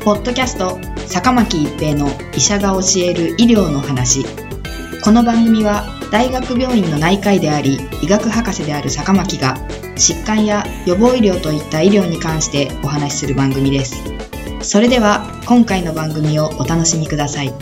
ポッドキャスト坂巻一平の医者が教える医療の話。この番組は大学病院の内科医であり医学博士である坂巻が疾患や予防医療といった医療に関してお話しする番組です。それでは今回の番組をお楽しみください。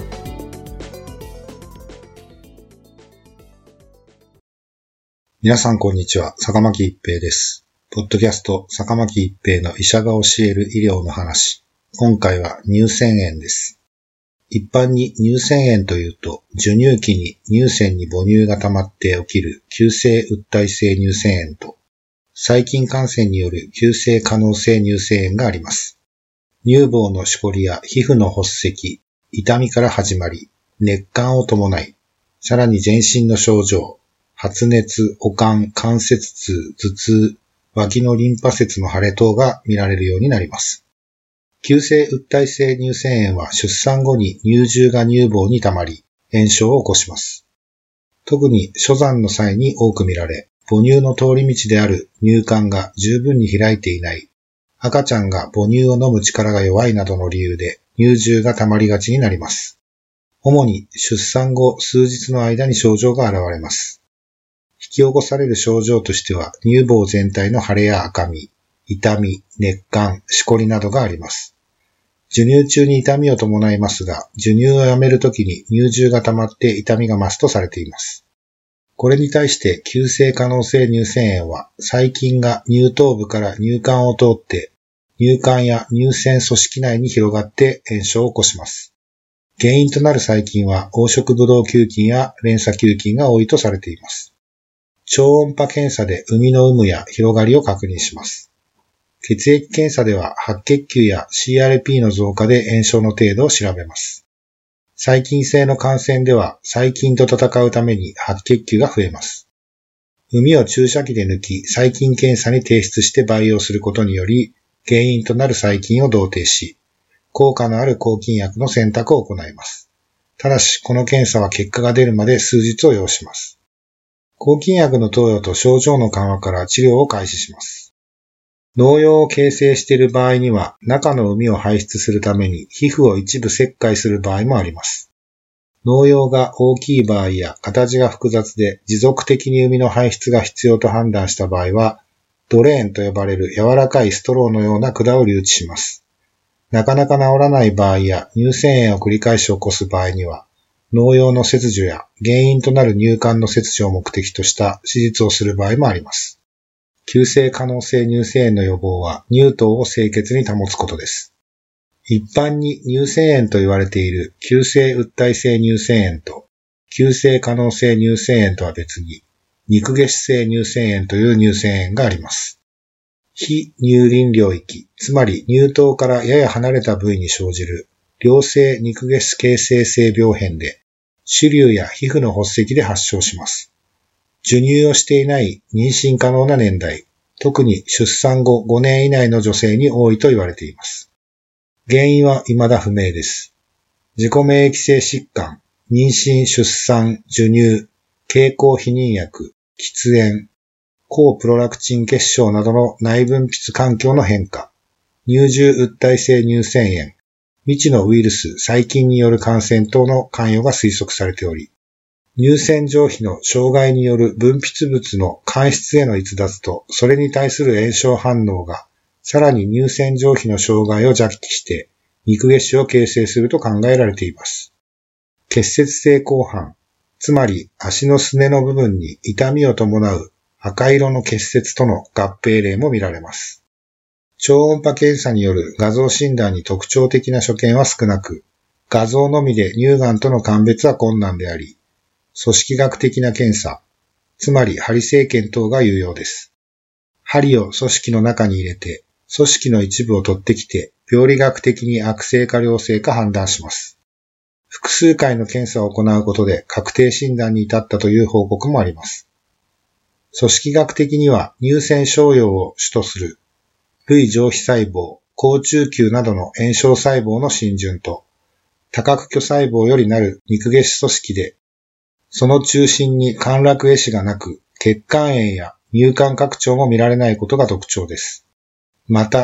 皆さんこんにちは、坂巻一平です。ポッドキャスト坂巻一平の医者が教える医療の話。今回は乳腺炎です。一般に乳腺炎というと、授乳期に乳腺に母乳が溜まって起きる急性鬱体性乳腺炎と、細菌感染による急性可能性乳腺炎があります。乳房のしこりや皮膚の発赤、痛みから始まり、熱感を伴い、さらに全身の症状、発熱、悪寒、関節痛、頭痛、脇のリンパ節の腫れ等が見られるようになります。急性鬱体性乳腺炎は出産後に乳汁が乳房に溜まり、炎症を起こします。特に初産の際に多く見られ、母乳の通り道である乳管が十分に開いていない、赤ちゃんが母乳を飲む力が弱いなどの理由で乳汁が溜まりがちになります。主に出産後数日の間に症状が現れます。引き起こされる症状としては乳房全体の腫れや赤み、痛み、熱感、しこりなどがあります。授乳中に痛みを伴いますが、授乳をやめるときに乳汁が溜まって痛みが増すとされています。これに対して急性可能性乳腺炎は細菌が乳頭部から乳管を通って乳管や乳腺組織内に広がって炎症を起こします。原因となる細菌は黄色ブドウ球菌や連鎖球菌が多いとされています。超音波検査で膿の有無や広がりを確認します。血液検査では白血球や CRP の増加で炎症の程度を調べます。細菌性の感染では細菌と戦うために白血球が増えます。膿を注射器で抜き細菌検査に提出して培養することにより原因となる細菌を同定し、効果のある抗菌薬の選択を行います。ただしこの検査は結果が出るまで数日を要します。抗菌薬の投与と症状の緩和から治療を開始します。農葉を形成している場合には中の膿を排出するために皮膚を一部切開する場合もあります。農葉が大きい場合や形が複雑で持続的に膿の排出が必要と判断した場合は、ドレーンと呼ばれる柔らかいストローのような管を留置します。なかなか治らない場合や乳腺炎を繰り返し起こす場合には、農葉の切除や原因となる乳管の切除を目的とした手術をする場合もあります。急性可能性乳腺炎の予防は乳頭を清潔に保つことです。一般に乳腺炎と言われている急性鬱体性乳腺炎と急性可能性乳腺炎とは別に肉下腫性乳腺炎という乳腺炎があります。非乳輪領域、つまり乳頭からやや離れた部位に生じる良性肉下腫形成性病変で腫瘤や皮膚の発赤で発症します。授乳をしていない妊娠可能な年代、特に出産後5年以内の女性に多いと言われています。原因は未だ不明です。自己免疫性疾患、妊娠・出産、授乳、経口避妊薬、喫煙、抗プロラクチン結晶などの内分泌環境の変化、乳汁鬱体性乳腺炎、未知のウイルス・細菌による感染等の関与が推測されており、乳腺上皮の障害による分泌物の間質への逸脱と、それに対する炎症反応が、さらに乳腺上皮の障害を邪気して肉下腫を形成すると考えられています。結節性紅斑、つまり足のすねの部分に痛みを伴う赤色の結節との合併例も見られます。超音波検査による画像診断に特徴的な所見は少なく、画像のみで乳がんとの鑑別は困難であり、組織学的な検査、つまり針生検等が有用です。針を組織の中に入れて、組織の一部を取ってきて、病理学的に悪性か良性か判断します。複数回の検査を行うことで確定診断に至ったという報告もあります。組織学的には乳腺鞘葉を主とする類上皮細胞、好中球などの炎症細胞の浸潤と、多核巨細胞よりなる肉下腫組織で、その中心に間絡壊死がなく、血管炎や乳管拡張も見られないことが特徴です。また、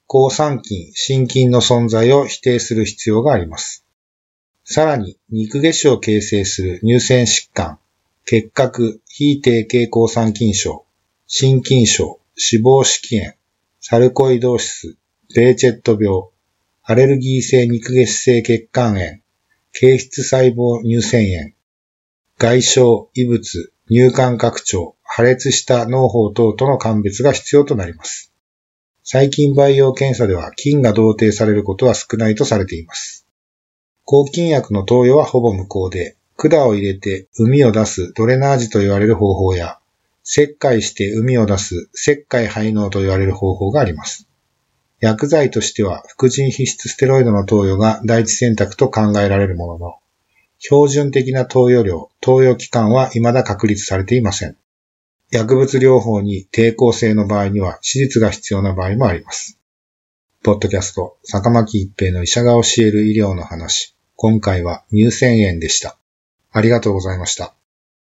好酸菌、心筋の存在を否定する必要があります。さらに、肉下腫を形成する乳腺疾患、結核、非定型好酸菌症、心筋症、脂肪色炎、サルコイドーシス、ベーチェット病、アレルギー性肉下腫性血管炎、形質細胞乳腺炎、外傷、異物、乳管拡張、破裂した脳胞等との鑑別が必要となります。細菌培養検査では菌が同定されることは少ないとされています。抗菌薬の投与はほぼ無効で、管を入れて膿を出すドレナージと言われる方法や、切開して膿を出す切開排膿と言われる方法があります。薬剤としては、副腎皮質ステロイドの投与が第一選択と考えられるものの、標準的な投与量、投与期間は未だ確立されていません。薬物療法に抵抗性の場合には手術が必要な場合もあります。ポッドキャスト、坂巻一平の医者が教える医療の話。今回は乳腺炎でした。ありがとうございました。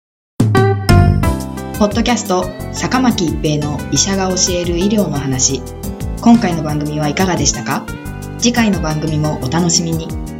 ポッドキャスト、坂巻一平の医者が教える医療の話。今回の番組はいかがでしたか？次回の番組もお楽しみに。